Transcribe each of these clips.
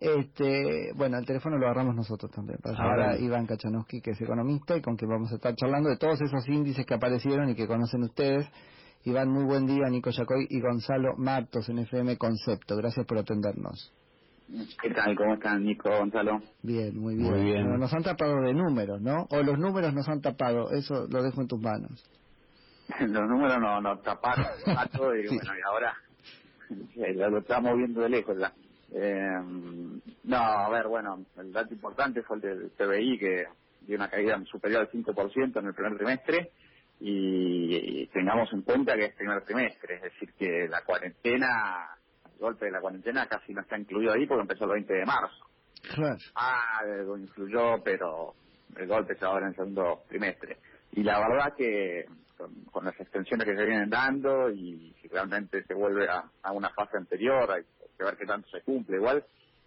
Bueno, el teléfono lo agarramos nosotros también, para llamar a Iván Kachanowski, que es economista y con quien vamos a estar charlando de todos esos índices que aparecieron y que conocen ustedes. Iván, muy buen día. Nico Yacoy y Gonzalo Martos en FM Concepto. Gracias por atendernos. ¿Qué tal? ¿Cómo están, Nico, Gonzalo? Bien, muy bien. Muy bien. Bueno, nos han tapado de números, ¿no? O los números nos han tapado. Eso lo dejo en tus manos. Los números nos taparon un rato y Sí. bueno, y ahora lo estamos viendo de lejos ya. No, a ver, bueno, el dato importante fue el del PBI, que dio una caída superior al 5% en el primer trimestre, y tengamos en cuenta que es primer trimestre, es decir, que la cuarentena, el golpe de la cuarentena casi no está incluido ahí porque empezó el 20 de marzo. Claro. Algo influyó, pero el golpe es ahora en el segundo trimestre. Y la verdad que con las extensiones que se vienen dando, y si realmente se vuelve a una fase anterior, hay que ver qué tanto se cumple. Igual,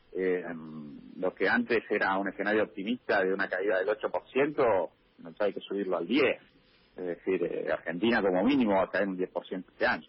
lo que antes era un escenario optimista de una caída del 8%, no hay que subirlo al 10%. Es decir, Argentina como mínimo va a caer un 10% este año.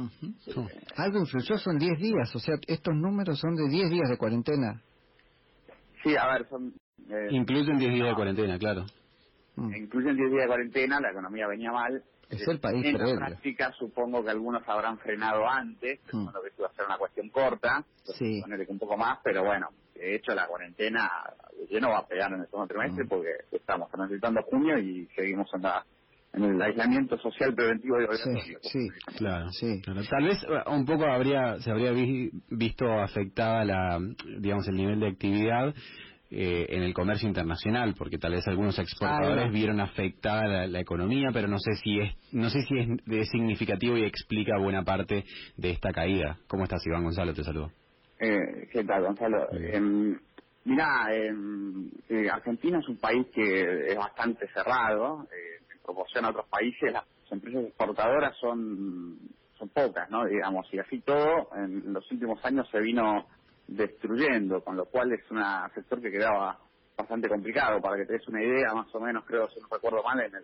Algo influyó, son 10 días, o sea, estos números son de 10 días de cuarentena. Sí, a ver, son... Incluyen 10 días de cuarentena, claro. Incluyen 10 días de cuarentena, la economía venía mal. Es el país en previo. la práctica supongo que algunos habrán frenado antes, pensando que esto iba a ser una cuestión corta, sí. ponerle que un poco más, pero bueno, de hecho la cuarentena ya no va a pegar en el segundo trimestre porque estamos transitando junio y seguimos en el aislamiento social preventivo y obligatorio. Sí, claro. Sí. Claro. Tal vez un poco se habría visto afectada digamos, el nivel de actividad en el comercio internacional, porque tal vez algunos exportadores vieron afectada la economía, pero no sé si es significativo y explica buena parte de esta caída. ¿Cómo estás, Iván? Gonzalo, te saludo. ¿Qué tal, Gonzalo? Mirá, Argentina es un país que es bastante cerrado, en proporción a otros países. Las empresas exportadoras son pocas, ¿no? Digamos, y así todo, en los últimos años se vino destruyendo, con lo cual es un sector que quedaba bastante complicado. Para que te des una idea, más o menos, creo, si no recuerdo mal, en el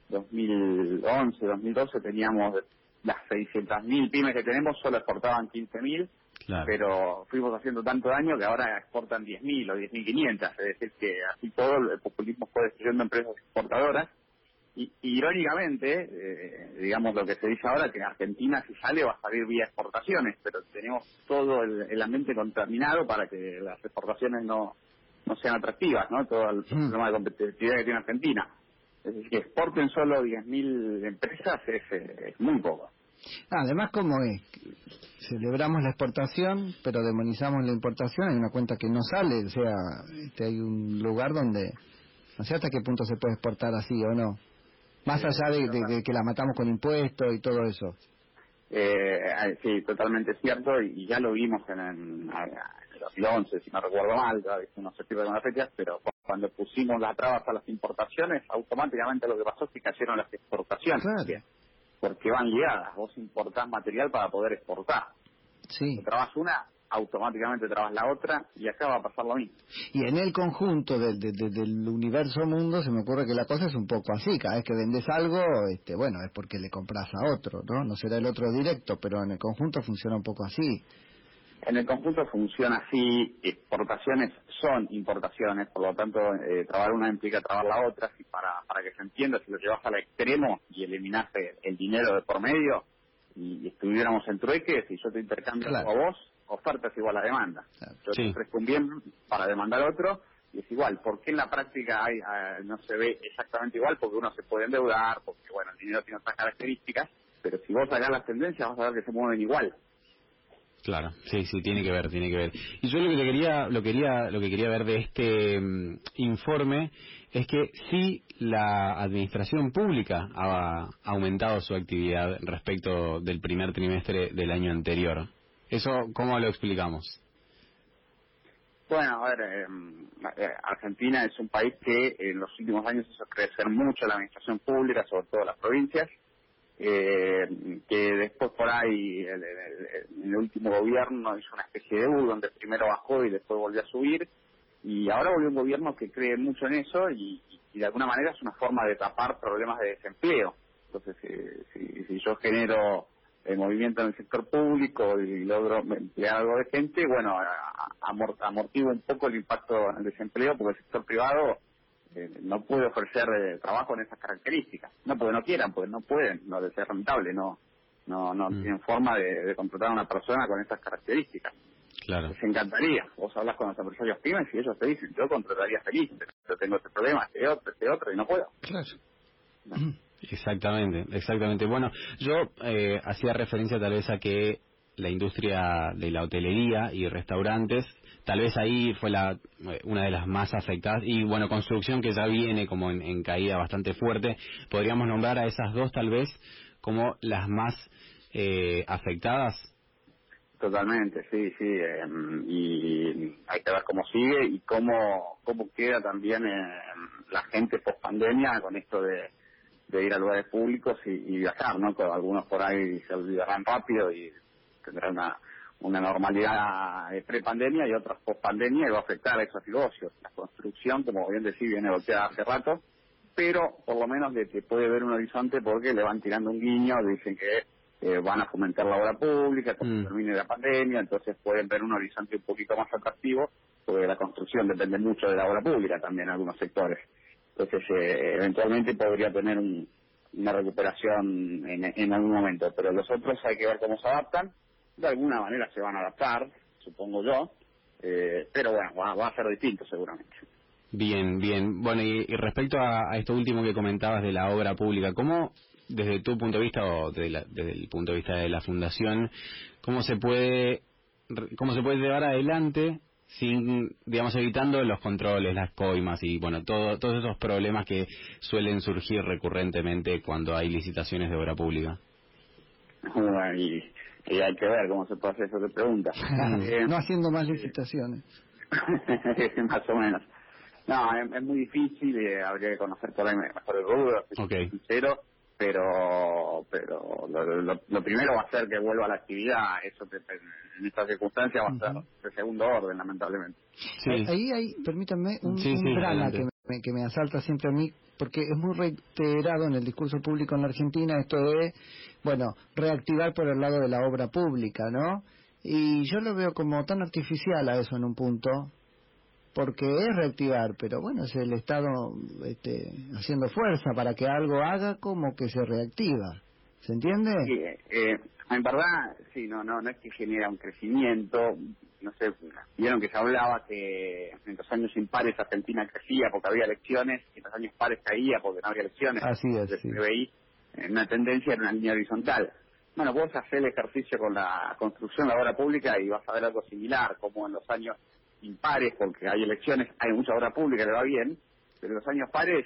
2011, 2012 teníamos las 600.000 pymes que tenemos, solo exportaban 15.000. Claro. Pero fuimos haciendo tanto daño que ahora exportan 10.000 o 10.500, es decir, que así todo el populismo fue destruyendo empresas exportadoras. Y irónicamente, digamos lo que se dice ahora, que en Argentina si sale va a salir vía exportaciones, pero tenemos todo el ambiente contaminado para que las exportaciones no sean atractivas, ¿no? Todo el problema de competitividad que tiene Argentina. Es decir, que exporten solo 10.000 empresas es muy poco. Además, ¿cómo es? Celebramos la exportación, pero demonizamos la importación. Hay una cuenta que no sale, o sea, hay un lugar donde no sé hasta qué punto se puede exportar así o no. Más allá de que la matamos con impuestos y todo eso. Sí, totalmente cierto, y ya lo vimos en el 2011, si no recuerdo mal, ya no se pierde con las fechas, pero cuando pusimos las trabas a las importaciones, automáticamente lo que pasó es que cayeron las exportaciones. Claro. Porque van ligadas, vos importás material para poder exportar. Sí. Si trabas una, automáticamente trabas la otra, y acá va a pasar lo mismo. Y en el conjunto del universo mundo se me ocurre que la cosa es un poco así. Cada vez que vendes algo, bueno, es porque le compras a otro, ¿no? No será el otro directo, pero en el conjunto funciona un poco así. En el conjunto funciona así, exportaciones son importaciones, por lo tanto, trabar una implica trabar la otra, y para que se entienda, si lo llevas al extremo y eliminás el dinero de por medio, y estuviéramos en trueque, si yo te intercambio a vos, oferta es igual a demanda. Claro. Yo te ofrezco un bien para demandar otro, y es igual. ¿Por qué en la práctica no se ve exactamente igual? Porque uno se puede endeudar, porque bueno, el dinero tiene otras características, pero si vos sacás las tendencias vas a ver que se mueven igual. Claro, sí, tiene que ver. Y yo lo que quería ver de este informe es que sí la administración pública ha aumentado su actividad respecto del primer trimestre del año anterior. ¿Eso cómo lo explicamos? Bueno, a ver, Argentina es un país que en los últimos años hizo crecer mucho la administración pública, sobre todo las provincias, que después por ahí el último gobierno hizo una especie de U donde primero bajó y después volvió a subir, y ahora volvió un gobierno que cree mucho en eso y de alguna manera es una forma de tapar problemas de desempleo. Entonces, si yo genero movimiento en el sector público y logro emplear algo de gente, bueno, amortigua un poco el impacto en el desempleo, porque el sector privado no puede ofrecer trabajo en esas características. No porque no quieran, porque no pueden, no de ser rentable, no tienen forma de contratar a una persona con esas características. Claro. Les encantaría. Vos hablas con los empresarios pymes y ellos te dicen, yo contrataría feliz, pero tengo este problema, este otro, y no puedo. Claro. No. Exactamente. Bueno, yo hacía referencia tal vez a que la industria de la hotelería y restaurantes, tal vez ahí fue una de las más afectadas, y bueno, construcción, que ya viene como en caída bastante fuerte. Podríamos nombrar a esas dos tal vez como las más afectadas. Totalmente, sí, y hay que ver cómo sigue y cómo queda también la gente post pandemia con esto de ir a lugares públicos y viajar, ¿no? Que algunos por ahí se olvidarán rápido y tendrán una normalidad pre-pandemia, y otros post-pandemia, y va a afectar a esos negocios. La construcción, como bien decís, viene golpeada hace rato, pero por lo menos te puede ver un horizonte, porque le van tirando un guiño, dicen que van a fomentar la obra pública cuando termine la pandemia, entonces pueden ver un horizonte un poquito más atractivo, porque la construcción depende mucho de la obra pública también en algunos sectores. Entonces, eventualmente podría tener una recuperación en algún momento, pero los otros hay que ver cómo se adaptan. De alguna manera se van a adaptar, supongo yo, pero bueno, va a ser distinto seguramente. Bien. Bueno, y respecto a esto último que comentabas de la obra pública, ¿cómo, desde tu punto de vista o desde el punto de vista de la Fundación, cómo se puede llevar adelante sin, digamos, evitando los controles, las coimas y, bueno, todos esos problemas que suelen surgir recurrentemente cuando hay licitaciones de obra pública? Bueno, y hay que ver cómo se puede hacer eso que pregunta. No haciendo más licitaciones. Más o menos. No, es muy difícil, habría que conocer por ahí mejor el rubro, sincero, pero lo primero va a ser que vuelva a la actividad. Eso en estas circunstancias va a ser de segundo orden, lamentablemente. Sí. Ahí hay, permítanme, un drama que me asalta siempre a mí, porque es muy reiterado en el discurso público en la Argentina esto de, bueno, reactivar por el lado de la obra pública, ¿no? Y yo lo veo como tan artificial a eso en un punto, porque es reactivar, pero bueno, es el Estado haciendo fuerza para que algo haga como que se reactiva. ¿Se entiende? Sí, en verdad, sí, no es que genera un crecimiento. No sé, vieron que se hablaba que en los años impares Argentina crecía porque había elecciones, y en los años pares caía porque no había elecciones. Así es, entonces, sí. Se veía una tendencia en una línea horizontal. Bueno, vos hacés el ejercicio con la construcción de la obra pública y vas a ver algo similar, como en los años impares, porque hay elecciones, hay mucha obra pública, le va bien, pero en los años pares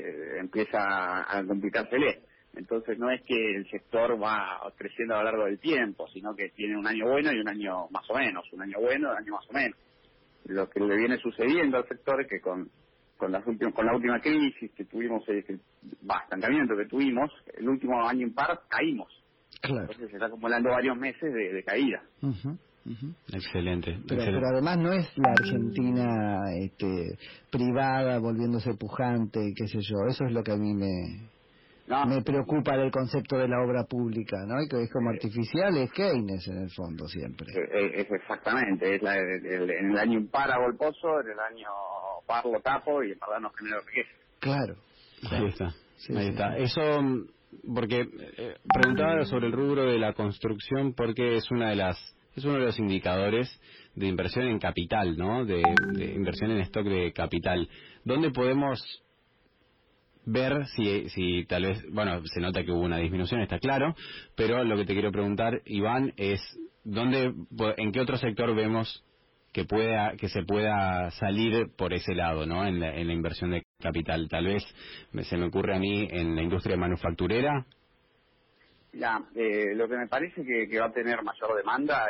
empieza a complicársele. Entonces no es que el sector va creciendo a lo largo del tiempo, sino que tiene un año bueno y un año más o menos, un año bueno y un año más o menos. Lo que le viene sucediendo al sector es que con la última crisis que tuvimos, estancamiento que tuvimos, el último año impar caímos. Claro. Entonces se está acumulando varios meses de caída. Excelente. Pero además no es la Argentina privada volviéndose pujante, qué sé yo. Eso es lo que a mí me preocupa del concepto de la obra pública, ¿no? Y que es como artificial, es Keynes en el fondo siempre. Es exactamente, en el año impar hago el pozo, en el año par lo tapo y en verdad no genera riqueza. Claro. Ahí está. Ahí está. Eso, porque preguntaba sobre el rubro de la construcción, porque es uno de los indicadores de inversión en capital, ¿no? De inversión en stock de capital. ¿Dónde podemos ver si tal vez, bueno, se nota que hubo una disminución, está claro, pero lo que te quiero preguntar, Iván, es en qué otro sector vemos que se pueda salir por ese lado, ¿no? En la inversión de capital. Tal vez se me ocurre a mí en la industria manufacturera. Ya, lo que me parece que va a tener mayor demanda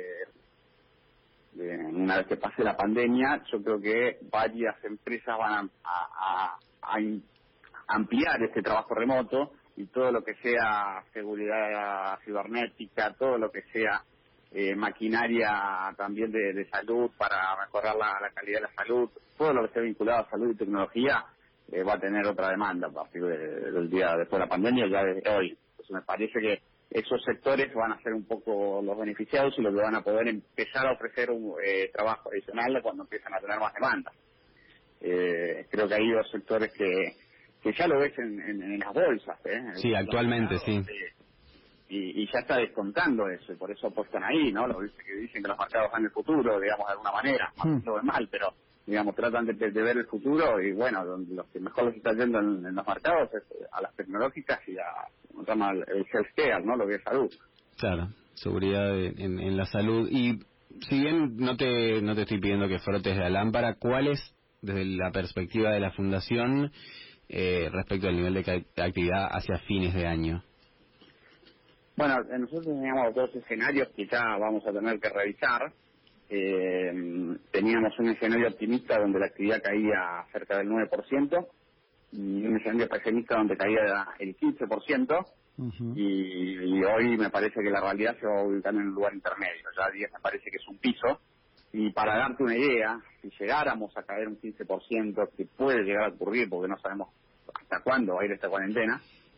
una vez que pase la pandemia, yo creo que varias empresas van a ampliar este trabajo remoto, y todo lo que sea seguridad cibernética, todo lo que sea maquinaria también de salud para mejorar la calidad de la salud, todo lo que esté vinculado a salud y tecnología va a tener otra demanda a partir del día después de la pandemia, ya desde hoy. Entonces me parece que esos sectores van a ser un poco los beneficiados y los que van a poder empezar a ofrecer un trabajo adicional cuando empiezan a tener más demanda. Creo que hay dos sectores que ya lo ves en las bolsas. Sí, actualmente, sí. Y ya está descontando eso, y por eso apuestan ahí, ¿no? Lo que dicen que los mercados van en el futuro, digamos, de alguna manera. No es mal, pero, digamos, tratan de ver el futuro, y bueno, los que mejor les está yendo en los mercados es a las tecnológicas y a, ¿cómo se llama?, el healthcare, ¿no? Lo que es salud. Claro, seguridad en la salud. Y si bien no te estoy pidiendo que frotes la lámpara, ¿cuál es, desde la perspectiva de la Fundación, respecto al nivel de actividad hacia fines de año? Bueno, nosotros teníamos dos escenarios que ya vamos a tener que revisar. Teníamos un escenario optimista donde la actividad caía cerca del 9%, y un escenario pesimista donde caía el 15%, y hoy me parece que la realidad se va a ubicar en un lugar intermedio. Ya 10 me parece que es un piso, y para darte una idea, si llegáramos a caer un 15%, que puede llegar a ocurrir porque no sabemos hasta cuándo va a ir esta cuarentena,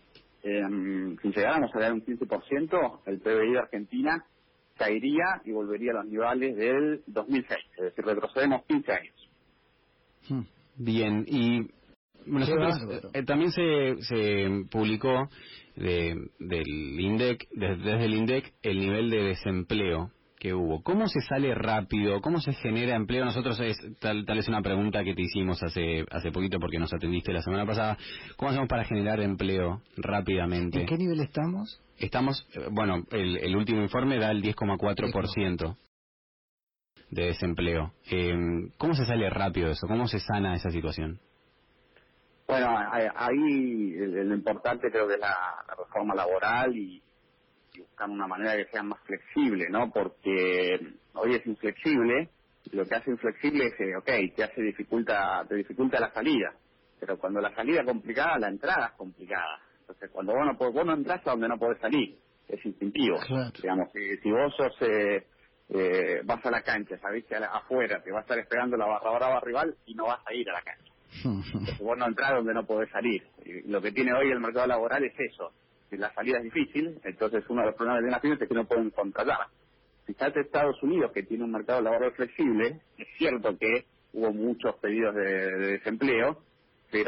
si llegáramos a caer un 15%, el PBI de Argentina caería y volvería a los niveles del 2006, es decir, retrocedemos 15 años. Bien, y nosotros también se publicó del INDEC, desde el INDEC, el nivel de desempleo que hubo. ¿Cómo se sale rápido? ¿Cómo se genera empleo? Nosotros tal es una pregunta que te hicimos hace poquito porque nos atendiste la semana pasada. ¿Cómo hacemos para generar empleo rápidamente? ¿En qué nivel estamos? Estamos, bueno, el último informe da el 10,4% de desempleo. ¿Cómo se sale rápido de eso? ¿Cómo se sana esa situación? Bueno, ahí lo importante creo que es la reforma laboral y buscar una manera que sea más flexible, ¿no? Porque hoy es inflexible, y lo que hace inflexible es, te dificulta la salida, pero cuando la salida es complicada, la entrada es complicada. Entonces, cuando vos no entras a donde no podés salir, es instintivo. Claro. Digamos, si vos sos, vas a la cancha, sabés que afuera te va a estar esperando la barra brava rival y no vas a ir a la cancha. Entonces, vos no entrás donde no podés salir. Y lo que tiene hoy el mercado laboral es eso. Si la salida es difícil, entonces uno de los problemas de las pymes es que no pueden contratar. Fíjate Estados Unidos, que tiene un mercado laboral flexible, es cierto que hubo muchos pedidos de desempleo, pero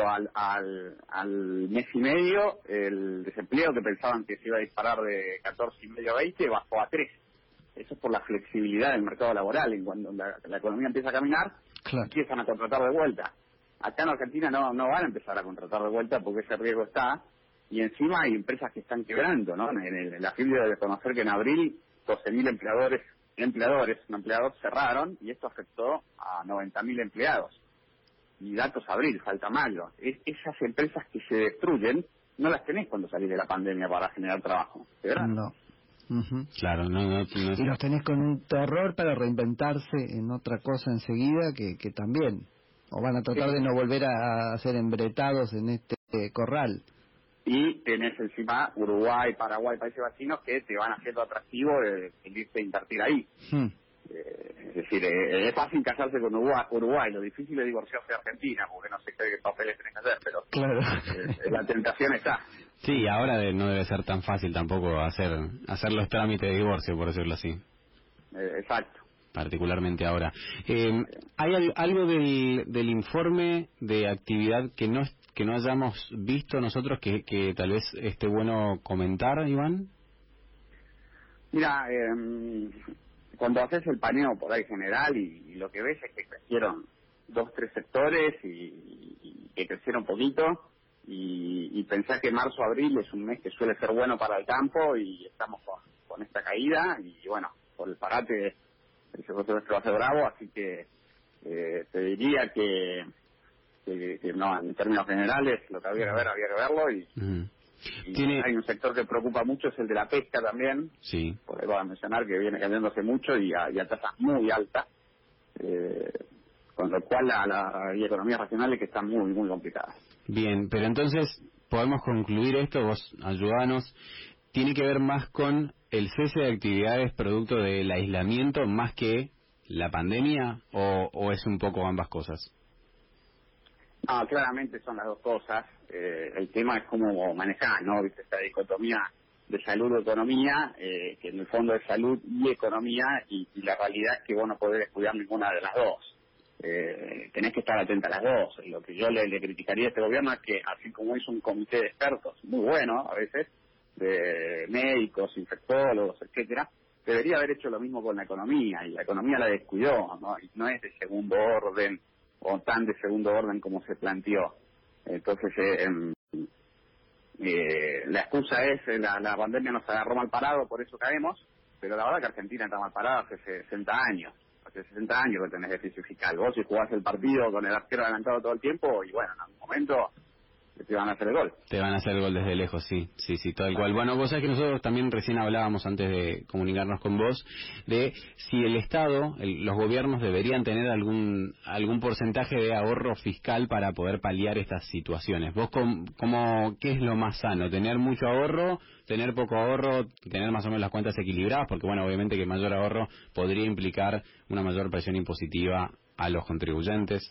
al mes y medio el desempleo, que pensaban que se iba a disparar de 14,5 a 20, bajó a 3. Eso es por la flexibilidad del mercado laboral. En cuando la economía empieza a caminar, empiezan a contratar de vuelta. Acá en Argentina no van a empezar a contratar de vuelta porque ese riesgo está, y encima hay empresas que están quebrando, ¿no? En la FIB debe conocer que en abril 12.000 empleados cerraron, y esto afectó a 90.000 empleados. Y datos abril, falta mayo. Esas empresas que se destruyen no las tenés cuando salís de la pandemia para generar trabajo, ¿verdad? No. Claro, no. Y los tenés con un terror para reinventarse en otra cosa enseguida que también. O van a tratar de no volver a ser embretados en este corral. Y tenés encima Uruguay, Paraguay, países vecinos que te van haciendo atractivo el irte a invertir ahí. Es decir, es fácil casarse con Uruguay, lo difícil es divorciarse de Argentina, porque no sé qué papeles tenés que hacer, pero claro. La tentación está. Sí, ahora no debe ser tan fácil tampoco hacer los trámites de divorcio, por decirlo así. Exacto. Particularmente ahora. ¿Hay algo del informe de actividad que no hayamos visto nosotros que tal vez esté bueno comentar, Iván? Mira, cuando haces el paneo por ahí general y lo que ves es que crecieron 2-3 sectores y que crecieron poquito, y pensás que marzo-abril es un mes que suele ser bueno para el campo, y estamos con esta caída, y bueno, por el parate el segundo semestre va a ser bravo, así que te diría que no, en términos generales lo que había que verlo, y hay un sector que preocupa mucho, es el de la pesca también. Sí. Por ahí voy a mencionar que viene cambiándose mucho y a tasas muy altas, con lo cual hay economías regionales que están muy, muy complicadas. Bien, pero entonces podemos concluir esto, vos ayudanos, ¿tiene que ver más con el cese de actividades producto del aislamiento más que la pandemia, o es un poco ambas cosas? Claramente son las dos cosas. El tema es cómo manejar, ¿no? Viste, esta dicotomía de salud o economía, que en el fondo es salud y economía, y la realidad es que vos no podés descuidar ninguna de las dos. Tenés que estar atenta a las dos. Lo que yo le criticaría a este gobierno es que, así como hizo un comité de expertos, muy bueno a veces, de médicos, infectólogos, etcétera, debería haber hecho lo mismo con la economía, y la economía la descuidó, ¿no? Y no es de segundo orden, o tan de segundo orden como se planteó. Entonces, la excusa es la pandemia nos agarró mal parado, por eso caemos, pero la verdad que Argentina está mal parada hace 60 años. Hace 60 años que tenés déficit fiscal. Vos si jugás el partido con el arquero adelantado todo el tiempo, y bueno, en algún momento te van a hacer el gol. Te van a hacer el gol desde lejos, sí, tal cual. Bueno, vos sabés que nosotros también recién hablábamos, antes de comunicarnos con vos, de si el Estado, los gobiernos deberían tener algún porcentaje de ahorro fiscal para poder paliar estas situaciones. ¿Vos qué es lo más sano? ¿Tener mucho ahorro, tener poco ahorro, tener más o menos las cuentas equilibradas? Porque bueno, obviamente que mayor ahorro podría implicar una mayor presión impositiva a los contribuyentes.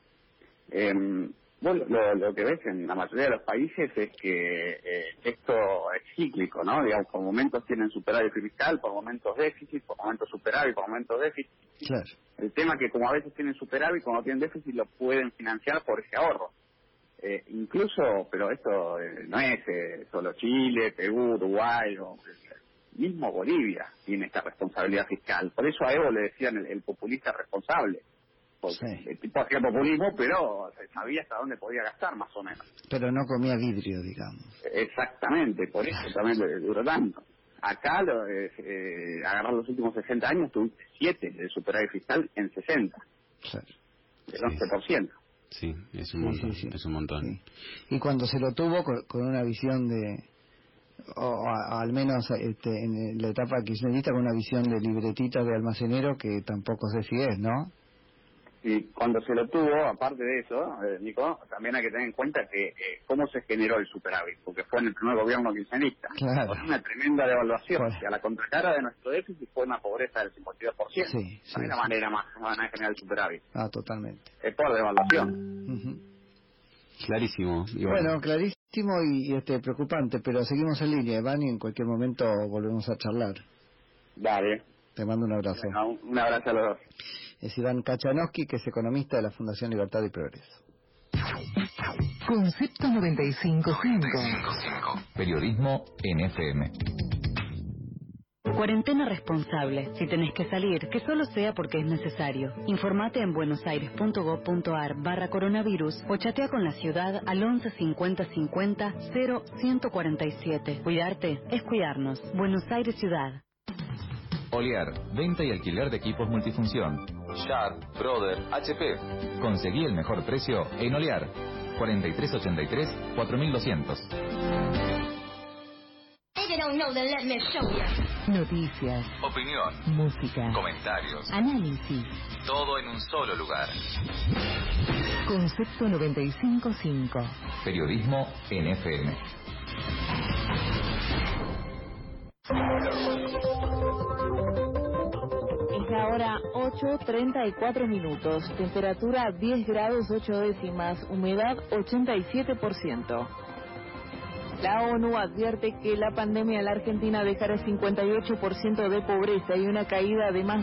Bueno, lo que ves en la mayoría de los países es que esto es cíclico, ¿no? Digamos, por momentos tienen superávit fiscal, por momentos déficit, por momentos superávit, por momentos déficit. Claro. El tema es que como a veces tienen superávit, cuando tienen déficit lo pueden financiar por ese ahorro. Incluso, pero esto no es solo Chile, Perú, Uruguay, o mismo Bolivia tiene esta responsabilidad fiscal. Por eso a Evo le decían el populista responsable. Porque el tipo hacía populismo, pero sabía hasta dónde podía gastar, más o menos. Pero no comía vidrio, digamos. Exactamente, por eso también le duró tanto. Acá, agarrar los últimos 60 años, tuviste 7 de superávit fiscal en 60. Claro. El 11%. Sí, es un montón, es un montón. Sí. Y cuando se lo tuvo con una visión de, al menos en la etapa kirchnerista, con una visión de libretita de almacenero, que tampoco sé si es, ¿no? Y cuando se lo tuvo, aparte de eso, Nico, también hay que tener en cuenta que cómo se generó el superávit, porque fue en el primer gobierno kirchnerista. Claro. Fue una tremenda devaluación. O sea, la contracara de nuestro déficit fue una pobreza del 52%. No hay una manera más de generar el superávit. Totalmente. Es por devaluación. Clarísimo. Bueno, clarísimo y preocupante, pero seguimos en línea, Iván, y en cualquier momento volvemos a charlar. Dale. Te mando un abrazo. Bueno, un abrazo a los dos. Es Iván Kachanowski, que es economista de la Fundación Libertad y Progreso. Concepto 95.5. Periodismo en FM. Cuarentena responsable. Si tenés que salir, que solo sea porque es necesario. Informate en buenosaires.gov.ar/coronavirus o chatea con la ciudad al 11 50 50 0 147. Cuidarte es cuidarnos. Buenos Aires Ciudad. Oliar, venta y alquiler de equipos multifunción. Sharp, Brother, HP. Conseguí el mejor precio en Oliar. 4383-4200. Noticias, opinión, música, comentarios, análisis. Todo en un solo lugar. Concepto 95.5. Periodismo en FM. Es la hora 8:34. Temperatura 10 grados 8 décimas. Humedad 87%. La ONU advierte que la pandemia en la Argentina dejará 58% de pobreza y una caída de más